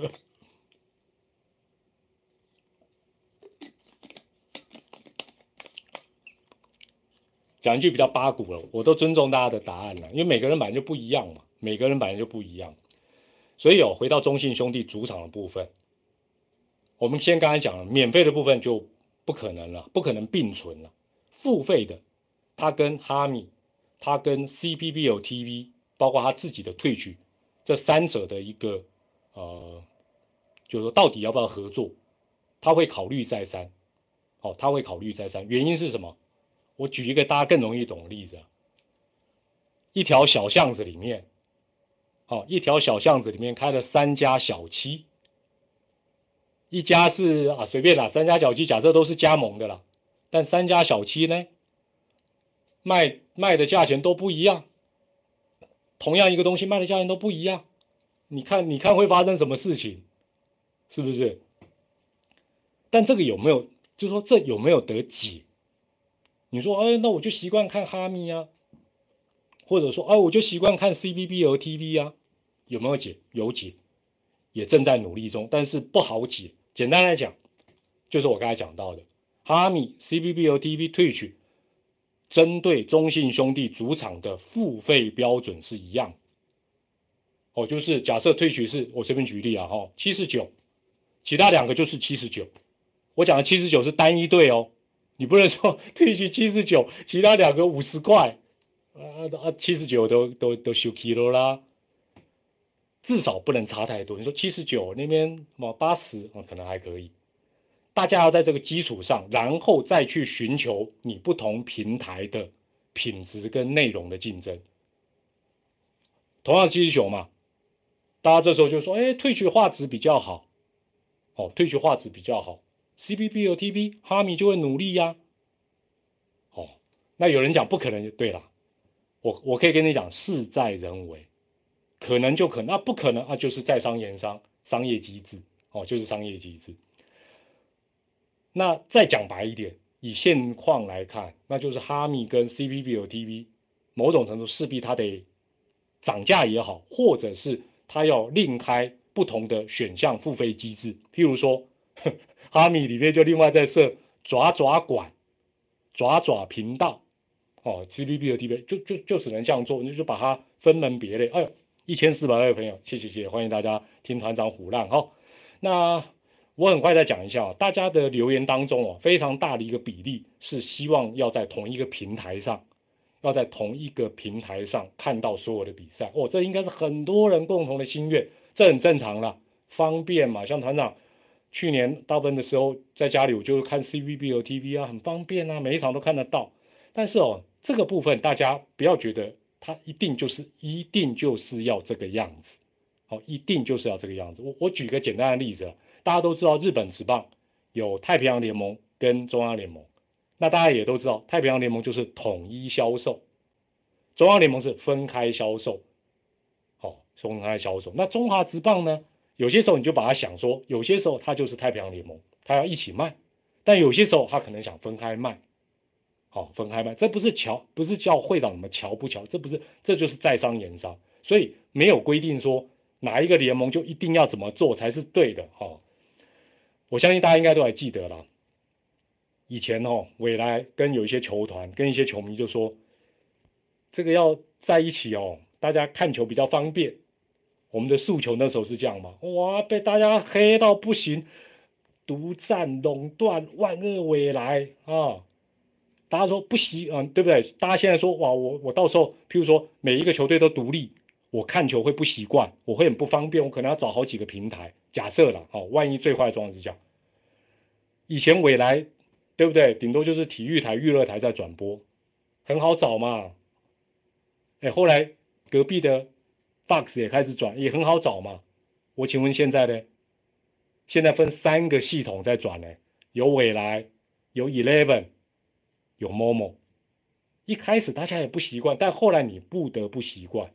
讲一句比较八股了，我都尊重大家的答案了，因为每个人本来就不一样嘛，每个人本来就不一样。所以哦，回到中信兄弟主场的部分，我们先刚才讲了，免费的部分就不可能了，不可能并存了。付费的，它跟哈密，它跟 C P B L T V， 包括他自己的退取，这三者的一个呃，就是说到底要不要合作，他会考虑再三。哦，他会考虑再三，原因是什么？我举一个大家更容易懂的例子啊，一条小巷子里面，哦，一条小巷子里面开了三家小七，一家是啊随便啦，三家小七假设都是加盟的啦，但三家小七呢，卖卖的价钱都不一样，同样一个东西卖的价钱都不一样，你看你看会发生什么事情？是不是？但这个有没有，就是说这有没有得解？你说，哎，那我就习惯看哈密啊，或者说，哎，我就习惯看 C B B L T V 啊，有没有解？有解，也正在努力中，但是不好解。简单来讲，就是我刚才讲到的，哈密 C B B L T V 退取，针对中信兄弟主场的付费标准是一样。哦，就是假设退取是我随便举例啊，哈、哦，七十九，其他两个就是七十九。我讲的七十九是单一队哦，你不能说退取七十九，其他两个五十块，啊啊七十九都都都收 kilo 啦，至少不能差太多。你说七十九那边嘛八十，可能还可以。大家要在这个基础上，然后再去寻求你不同平台的品质跟内容的竞争。同样七十九嘛，大家这时候就说，哎，退取画质比较好，哦，退取画质比较好 ，C B B L T V 哈密就会努力呀、啊，哦，那有人讲不可能，对了，我我可以跟你讲，事在人为，可能就可能，那、啊、不可能啊，就是在商言商，商业机制，哦，就是商业机制。那再讲白一点，以现况来看，那就是哈密跟 C B B L T V 某种程度势必它得涨价也好，或者是它要另开不同的选项付费机制，譬如说哈密里面就另外再设爪爪馆、爪爪频道，哦 ，C B B L T V 就就就只能这样做，你就把它分门别类。哎呦，一千四百位朋友，谢谢谢谢，欢迎大家听团长虎浪哈、哦。那我很快再讲一下、哦，大家的留言当中哦，非常大的一个比例是希望要在同一个平台上，要在同一个平台上看到所有的比赛哦，这应该是很多人共同的心愿，这很正常啦，方便嘛。像团长去年大部分的时候在家里，我就看 C B B L T V 啊，很方便啊，每一场都看得到。但是哦，这个部分大家不要觉得它一定就是一定就是要这个样子，好、哦，一定就是要这个样子。我我举个简单的例子啊。大家都知道日本职棒有太平洋联盟跟中央联盟，那大家也都知道太平洋联盟就是统一销售，中央联盟是分开销售，好、哦，分开销售。那中华职棒呢？有些时候你就把它想说，有些时候它就是太平洋联盟，它要一起卖，但有些时候它可能想分开卖，好、哦，分开卖，这不是瞧，不是叫会长什么瞧不瞧，这不是，这就是在商言商，所以没有规定说哪一个联盟就一定要怎么做才是对的，哈、哦。我相信大家应该都还记得啦，以前哦，未来跟有一些球团跟一些球迷就说， 这个要在一起哦，大家看球比较方便。我们的诉求那时候是这样嘛？哇，被大家黑到不行，独占垄断万恶未来啊！大家说不习，嗯，对不对？大家现在说哇，我我到时候，譬如说每一个球队都独立，我看球会不习惯，我会很不方便，我可能要找好几个平台。假设了，哦，万一最坏的状况之下，以前未来，对不对？顶多就是体育台、娱乐台在转播，很好找嘛。哎，后来隔壁的 Fox 也开始转，也很好找嘛。我请问现在呢？现在分三个系统在转呢，有未来，有 Eleven，有 Momo。一开始大家也不习惯，但后来你不得不习惯。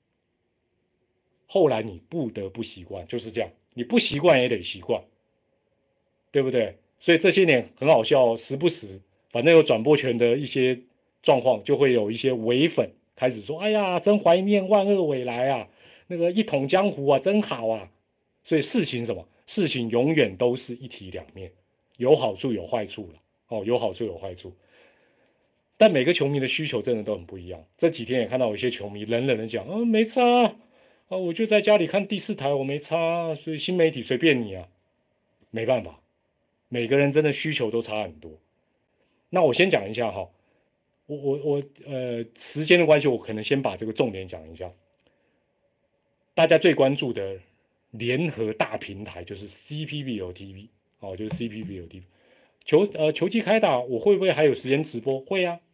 后来你不得不习惯，就是这样。你不习惯也得习惯，对不对？所以这些年很好笑，时不时反正有转播权的一些状况，就会有一些伪粉开始说：“哎呀，真怀念万恶未来啊，那个一统江湖啊，真好啊。”所以事情什么？事情永远都是一体两面，有好处有坏处了。哦，有好处有坏处。但每个球迷的需求真的都很不一样。这几天也看到有些球迷冷冷的讲：“啊，没差啊，啊，我就在家里看第四台，我没差啊，所以新媒体随便你啊。”没办法，每个人真的需求都差很多。那我先讲一下哈，我我我呃，时间的关系，我可能先把这个重点讲一下。大家最关注的联合大平台就是 C P B L T V 哦，就是 C P B L T V。球呃球季开打，我会不会还有时间直播？会啊，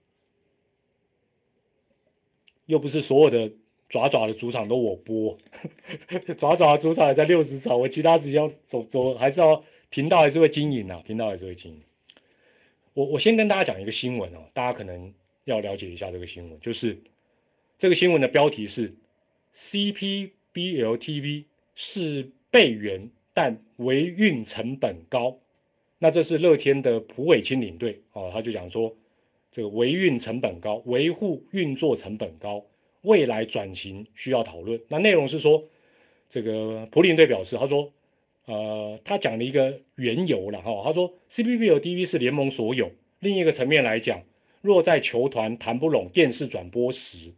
又不是所有的爪爪的主场都我播，爪爪的主场也在六十场，我其他时间走走还是要频道还是会经营啊，频道还是会经营。我我先跟大家讲一个新闻哦，大家可能要了解一下这个新闻，就是这个新闻的标题是 C P B L T V 是备援，但维运成本高。那这是乐天的蒲伟清领队哦，他就讲说，这个维运成本高，维护运作成本高，未来转型需要讨论。那内容是说，这个蒲领队表示，他说，呃，他讲了一个缘由了哈、哦，他说 C P B L T V 是联盟所有，另一个层面来讲，若在球团谈不拢电视转播时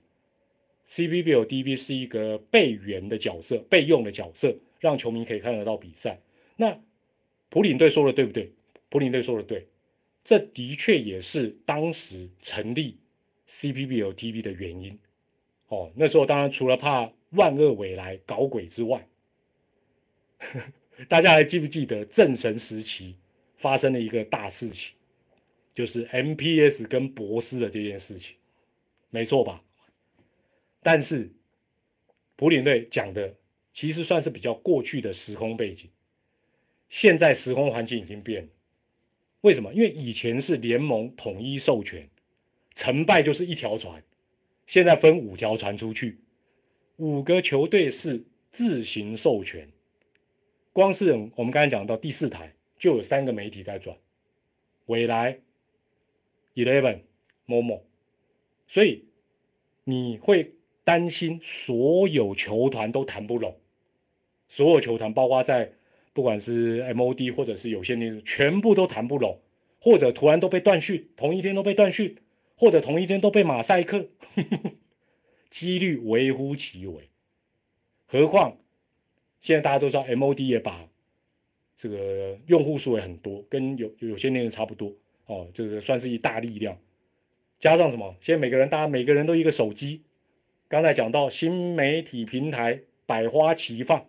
，C P B L T V 是一个备援的角色，备用的角色，让球迷可以看得到比赛。那普领队说的对不对？普领队说的对，这的确也是当时成立 C P B L T V 的原因。哦，那时候当然除了怕万恶未来搞鬼之外，呵呵大家还记不记得正神时期发生了一个大事情，就是 M P S 跟博斯的这件事情，没错吧？但是普领队讲的其实算是比较过去的时空背景。现在时空环境已经变了，为什么？因为以前是联盟统一授权，成败就是一条船，现在分五条船出去，五个球队是自行授权。光是我们刚才讲到第四台，就有三个媒体在转，未来、Eleven、Momo， 所以你会担心所有球团都谈不拢，所有球团包括在不管是 M O D 或者是有线电视，全部都谈不拢，或者突然都被断讯，同一天都被断讯，或者同一天都被马赛克，呵呵，几率微乎其微。何况现在大家都知道 M O D 也把这个用户数也很多，跟有有线电视差不多哦，这个算是一大力量。加上什么？现在每个人，大家每个人都一个手机。刚才讲到新媒体平台百花齐放。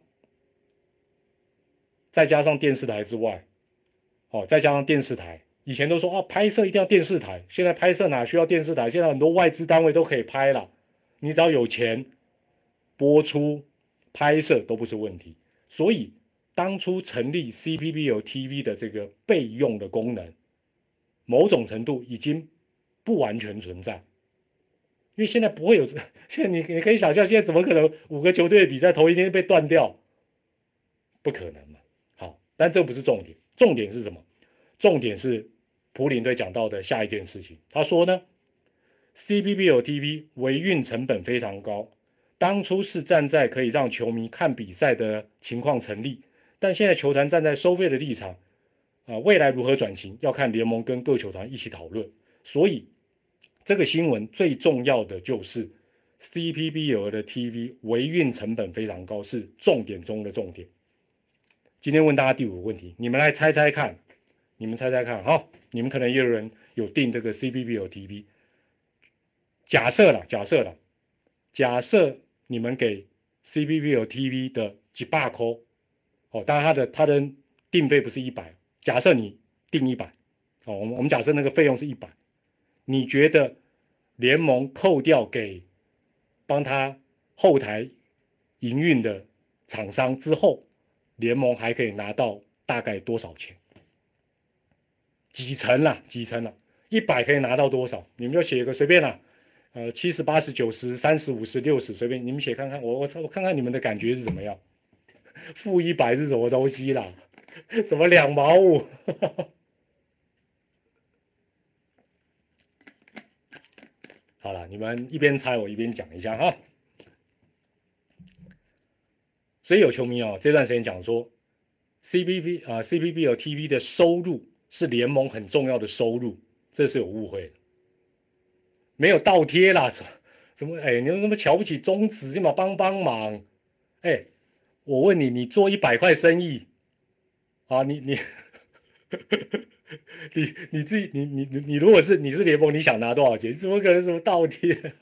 再加上电视台之外，哦，再加上电视台，以前都说啊，拍摄一定要电视台，现在拍摄哪需要电视台？现在很多外资单位都可以拍了，你只要有钱，播出、拍摄都不是问题。所以当初成立 C P B L T V 的这个备用的功能，某种程度已经不完全存在，因为现在不会有，现在你你可以想象，现在怎么可能五个球队的比赛同一天被断掉？不可能嘛。但这不是重点，重点是什么？重点是普领队讲到的下一件事情。他说呢 ，C P B L T V 维运成本非常高，当初是站在可以让球迷看比赛的情况成立，但现在球团站在收费的立场，啊、呃，未来如何转型要看联盟跟各球团一起讨论。所以这个新闻最重要的就是 C P B L 的 T V 维运成本非常高，是重点中的重点。今天问大家第五个问题，你们来猜猜看，你们猜猜看哈，你们可能也有人有订这个 C P B L T V。假设了，假设了，假设你们给 C P B L T V 的几百块，哦，当然它的它的定费不是一百，假设你定一百，哦，我们我们假设那个费用是一百，你觉得联盟扣掉给帮他后台营运的厂商之后，联盟还可以拿到大概多少钱？几成啦？几成啦？一百可以拿到多少？你们就写个随便啦。呃，七十、八十、九十、三十、五十、六十，随便你们写看看，我我我看看你们的感觉是怎么样。负一百是什么东西啦？什么两毛五？好了，你们一边猜我一边讲一下哈。所以有球迷哦，这段时间讲说 ，C P B 啊、呃、，C P B L T V 的收入是联盟很重要的收入，这是有误会的。没有倒贴啦，什么哎，你有什么瞧不起中职，你嘛帮帮忙？哎，我问你，你做一百块生意，啊，你你你你自己，你你你你如果是你是联盟，你想拿多少钱？怎么可能什么倒贴？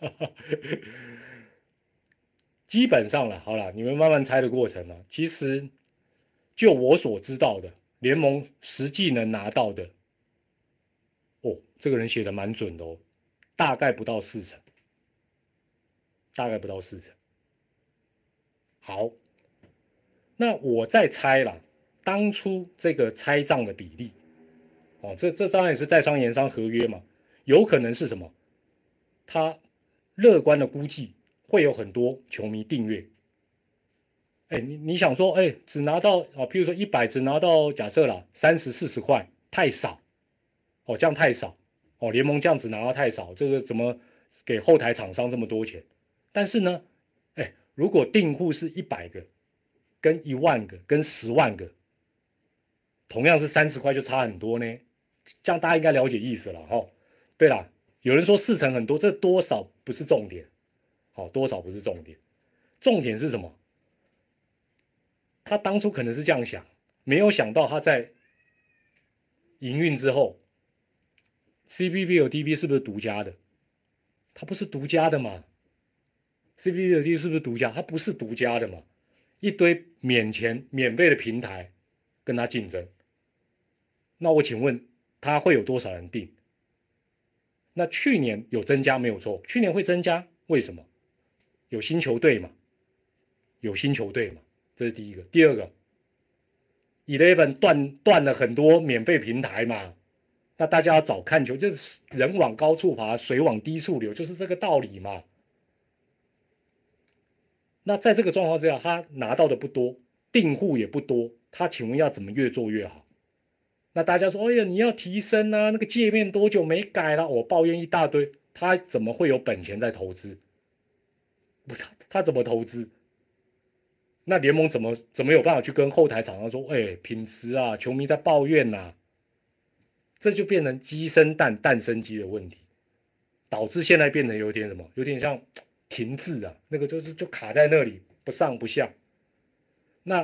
基本上了，好了，你们慢慢猜的过程呢，其实就我所知道的，联盟实际能拿到的，哦，这个人写的蛮准的哦。大概不到四成，大概不到四成。好，那我再猜啦，当初这个拆账的比例，哦，这这当然也是在商言商合约嘛，有可能是什么？他乐观的估计会有很多球迷订阅。哎，你你想说，哎，只拿到啊，譬如说一百只拿到，假设啦，三十四十块，太少，哦，这样太少。哦，联盟这样子拿到太少，这个怎么给后台厂商这么多钱？但是呢，哎，如果订户是一百个，跟一万个，跟十万个，同样是三十块，就差很多呢。这样大家应该了解意思了哈、哦。对啦，有人说四成很多，这多少不是重点，好、哦，多少不是重点，重点是什么？他当初可能是这样想，没有想到他在营运之后。C P B L T V 是不是独家的？它不是独家的嘛 ？C P B L T V 是不是独家？它不是独家的嘛？一堆免钱、免费的平台跟它竞争，那我请问它会有多少人订？那去年有增加没有错，去年会增加，为什么？有新球队嘛？有新球队嘛？这是第一个。第二个 ，Eleven 断断了很多免费平台嘛？那大家要早看球，就是人往高处爬，水往低处流，就是这个道理嘛。那在这个状况之下，他拿到的不多，订户也不多，他请问要怎么越做越好？那大家说，哎呀，你要提升啊，那个界面多久没改了？我抱怨一大堆，他怎么会有本钱在投资？他他怎么投资？那联盟怎么怎么有办法去跟后台厂商说，哎，品质啊，球迷在抱怨呐、啊？这就变成鸡生蛋，蛋生鸡的问题，导致现在变成有点什么，有点像停滞啊，那个就是就卡在那里，不上不下。那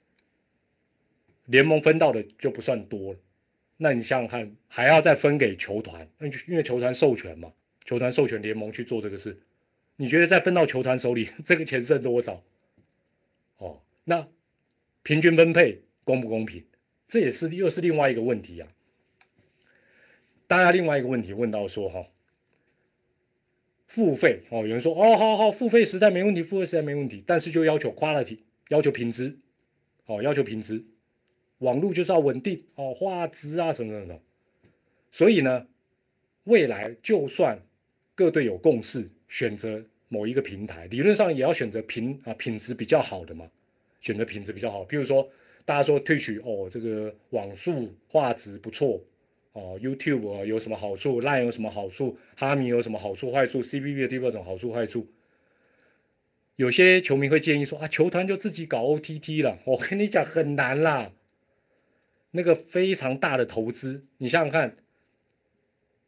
联盟分到的就不算多了，那你想想看，还要再分给球团，因为球团授权嘛，球团授权联盟去做这个事，你觉得再分到球团手里，这个钱剩多少？哦，那平均分配公不公平？这也是又是另外一个问题啊。大家另外一个问题问到说哈，付费哦，有人说哦好好付费时代没问题，付费时代没问题，但是就要求 quality， 要求品质，哦要求品质，网络就是要稳定哦，画质啊什么什么，所以呢，未来就算各队有共识，选择某一个平台，理论上也要选择品啊品质比较好的嘛，选择品质比较好，比如说大家说退取哦，这个网速画质不错。哦 ，YouTube 哦有什么好处 ？Line 有什么好处？哈米有什么好处坏处 ？C P B 的地方有什么好处坏处？有些球迷会建议说啊，球团就自己搞 O T T 了。我跟你讲很难啦，那个非常大的投资，你想想看，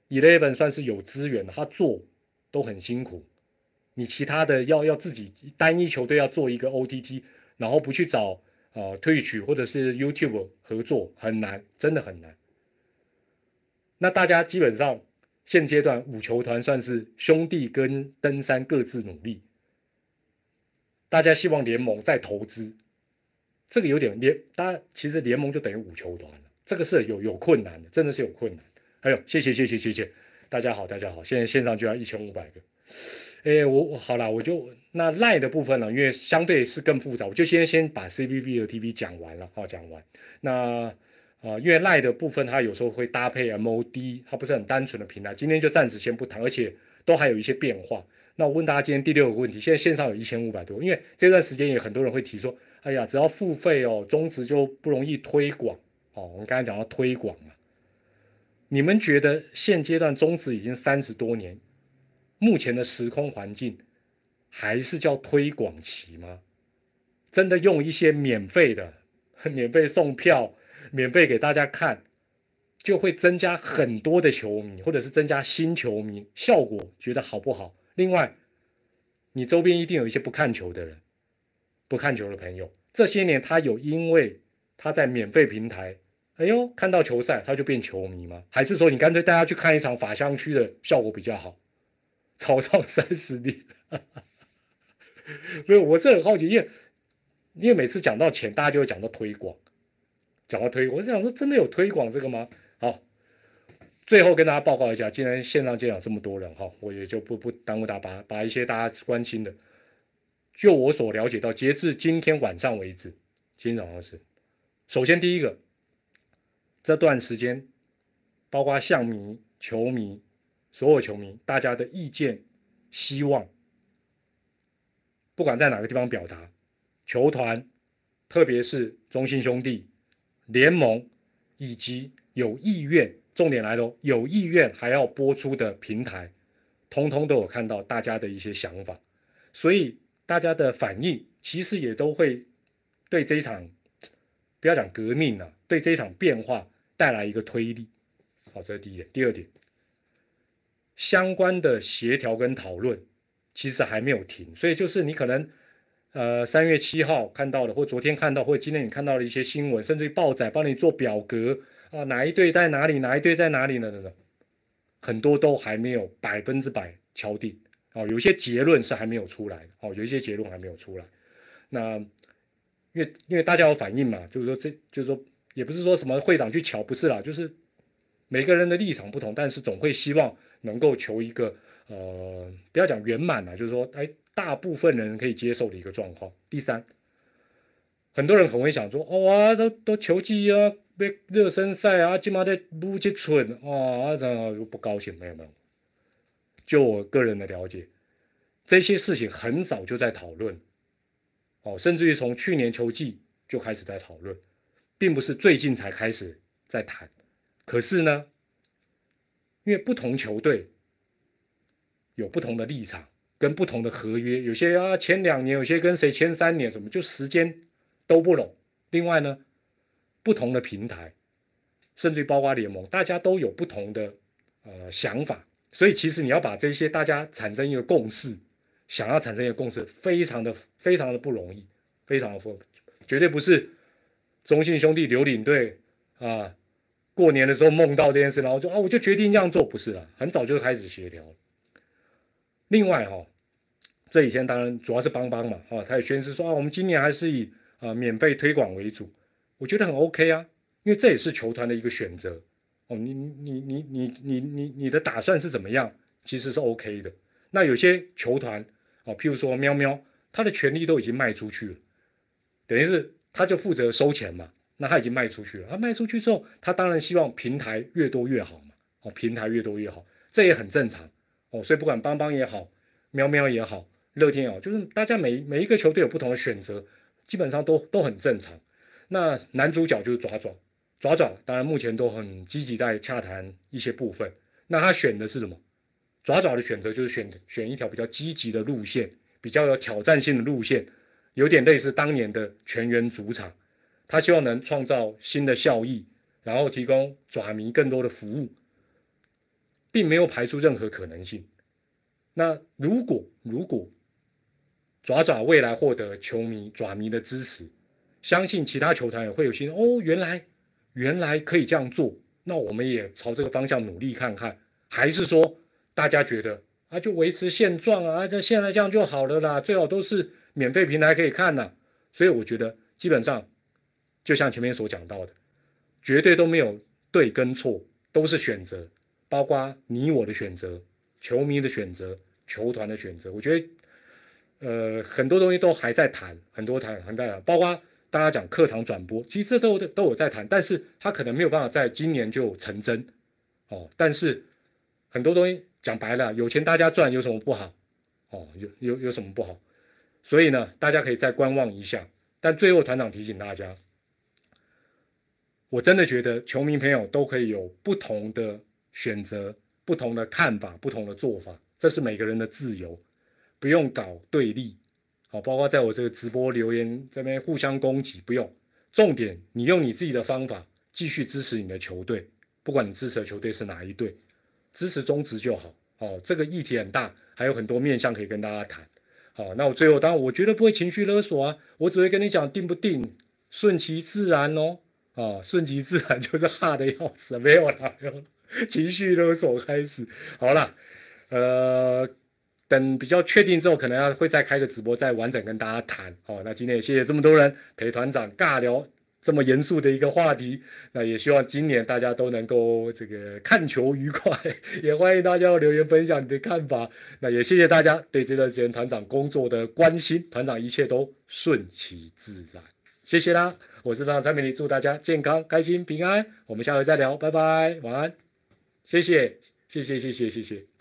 Eleven 算是有资源的，他做都很辛苦。你其他的要要自己单一球队要做一个 O T T， 然后不去找呃 Twitch 或者是 YouTube 合作，很难，真的很难。那大家基本上现阶段五球团算是兄弟跟登山各自努力，大家希望联盟再投资，这个有点联，大家其实联盟就等于五球团了，这个是有有困难的，真的是有困难。还有，谢谢谢谢谢谢，大家好大家好，现在线上就要一千五百个。哎，我我好啦，我就那 Line 的部分呢，因为相对是更复杂，我就先先把 C V B 和 T V 讲完了，好讲完。那啊、呃，因为 Line 的部分它有时候会搭配 M O D， 它不是很单纯的平台，今天就暂时先不谈，而且都还有一些变化。那我问大家今天第六个问题，现在线上有一千五百多，因为这段时间也很多人会提说，哎呀，只要付费哦，中职就不容易推广哦。我们刚才讲到推广嘛，你们觉得现阶段中职已经三十多年？目前的时空环境还是叫推广期吗？真的用一些免费的、免费送票、免费给大家看，就会增加很多的球迷，或者是增加新球迷，效果觉得好不好？另外，你周边一定有一些不看球的人，不看球的朋友，这些年他有因为他在免费平台，哎呦，看到球赛他就变球迷吗？还是说你干脆带他去看一场法香区的效果比较好？草创三十年，没有，我是很好奇，因为因为每次讲到钱，大家就会讲到推广，讲到推广，我是想说，真的有推广这个吗？好，最后跟大家报告一下，既然线上见了这么多人哈，我也就不不耽误大家把把一些大家关心的，就我所了解到，截至今天晚上为止，今天早上是，首先第一个，这段时间，包括象迷、球迷。所有球迷大家的意见、希望，不管在哪个地方表达，球团，特别是中信兄弟、联盟以及有意愿，重点来了，有意愿还要播出的平台，通通都有看到大家的一些想法，所以大家的反应其实也都会对这一场，不要讲革命了、啊，对这一场变化带来一个推力。好，这是第一点。第二点。相关的协调跟讨论其实还没有停，所以就是你可能呃三月七号看到的，或昨天看到，或者今天你看到的一些新闻，甚至于报载帮你做表格啊，哪一队在哪里，哪一队在哪里呢？等等，很多都还没有百分之百敲定哦，有一些结论是还没有出来哦，有一些结论还没有出来。那因为因为大家有反应嘛，就是说这就是说也不是说什么会长去瞧，不是啦，就是每个人的立场不同，但是总会希望。能够求一个呃，不要讲圆满啊，就是说，哎，大部分人可以接受的一个状况。第三，很多人很会想说，哦啊，都都球季啊，被热身赛啊，今嘛在撸去蠢啊，这样不高兴，没有没有。就我个人的了解，这些事情很早就在讨论，哦，甚至于从去年球季就开始在讨论，并不是最近才开始在谈。可是呢？因为不同球队有不同的立场跟不同的合约，有些啊签两年，有些跟谁签三年，什么就时间都不拢。另外呢，不同的平台，甚至包括联盟，大家都有不同的呃想法，所以其实你要把这些大家产生一个共识，想要产生一个共识，非常的非常的不容易，非常的不，绝对不是中信兄弟留领队啊。过年的时候梦到这件事，然后就啊，我就决定这样做，不是啦，很早就开始协调。另外哈、哦，这几天当然主要是邦邦嘛，哈、哦，他也宣示说啊，我们今年还是以啊、呃、免费推广为主，我觉得很 OK 啊，因为这也是球团的一个选择哦。你你你你你你你的打算是怎么样，其实是 OK 的。那有些球团哦，譬如说喵喵，他的权利都已经卖出去了，等于是他就负责收钱嘛。那他已经卖出去了，他卖出去之后，他当然希望平台越多越好嘛，哦，平台越多越好，这也很正常哦。所以不管邦邦也好，喵喵也好，乐天也好，就是大家每每一个球队有不同的选择，基本上都都很正常。那男主角就是爪爪，爪爪当然目前都很积极在洽谈一些部分。那他选的是什么？爪爪的选择就是选选一条比较积极的路线，比较有挑战性的路线，有点类似当年的全员主场。他希望能创造新的效益，然后提供爪迷更多的服务。 并没有排除任何可能性。那如果如果爪爪未来获得球迷爪迷的支持，相信其他球团也会有心哦，原来原来可以这样做，那我们也朝这个方向努力看看。还是说大家觉得啊，就维持现状啊，这现在这样就好了啦，最好都是免费平台可以看啦。所以我觉得基本上就像前面所讲到的，绝对都没有对跟错，都是选择，包括你我的选择、球迷的选择、球团的选择。我觉得呃很多东西都还在谈，很多谈还在谈，包括大家讲课堂转播，其实这都都有在谈，但是它可能没有办法在今年就成真哦。但是很多东西讲白了，有钱大家赚有什么不好？哦，有有有什么不好？所以呢，大家可以再观望一下。但最后团长提醒大家，我真的觉得球迷朋友都可以有不同的选择、不同的看法、不同的做法，这是每个人的自由，不用搞对立。好，包括在我这个直播留言这边互相攻击，不用。重点，你用你自己的方法继续支持你的球队，不管你支持的球队是哪一队。支持中职就好，哦，这个议题很大，还有很多面向可以跟大家谈。好，那我最后当然我绝对不会情绪勒索啊，我只会跟你讲定不定，顺其自然哦，啊，顺其自然就是哈的要死，没有啦，没有啦，情绪勒索开始，好啦，呃，等比较确定之后，可能要会再开个直播，再完整跟大家谈。好，那今天也谢谢这么多人陪团长尬聊这么严肃的一个话题，那也希望今年大家都能够这个看球愉快，也欢迎大家留言分享你的看法。那也谢谢大家对这段时间团长工作的关心，团长一切都顺其自然，谢谢啦。我是团长蔡美丽，祝大家健康、开心、平安。我们下回再聊，拜拜，晚安，谢谢，谢谢，谢谢，谢谢。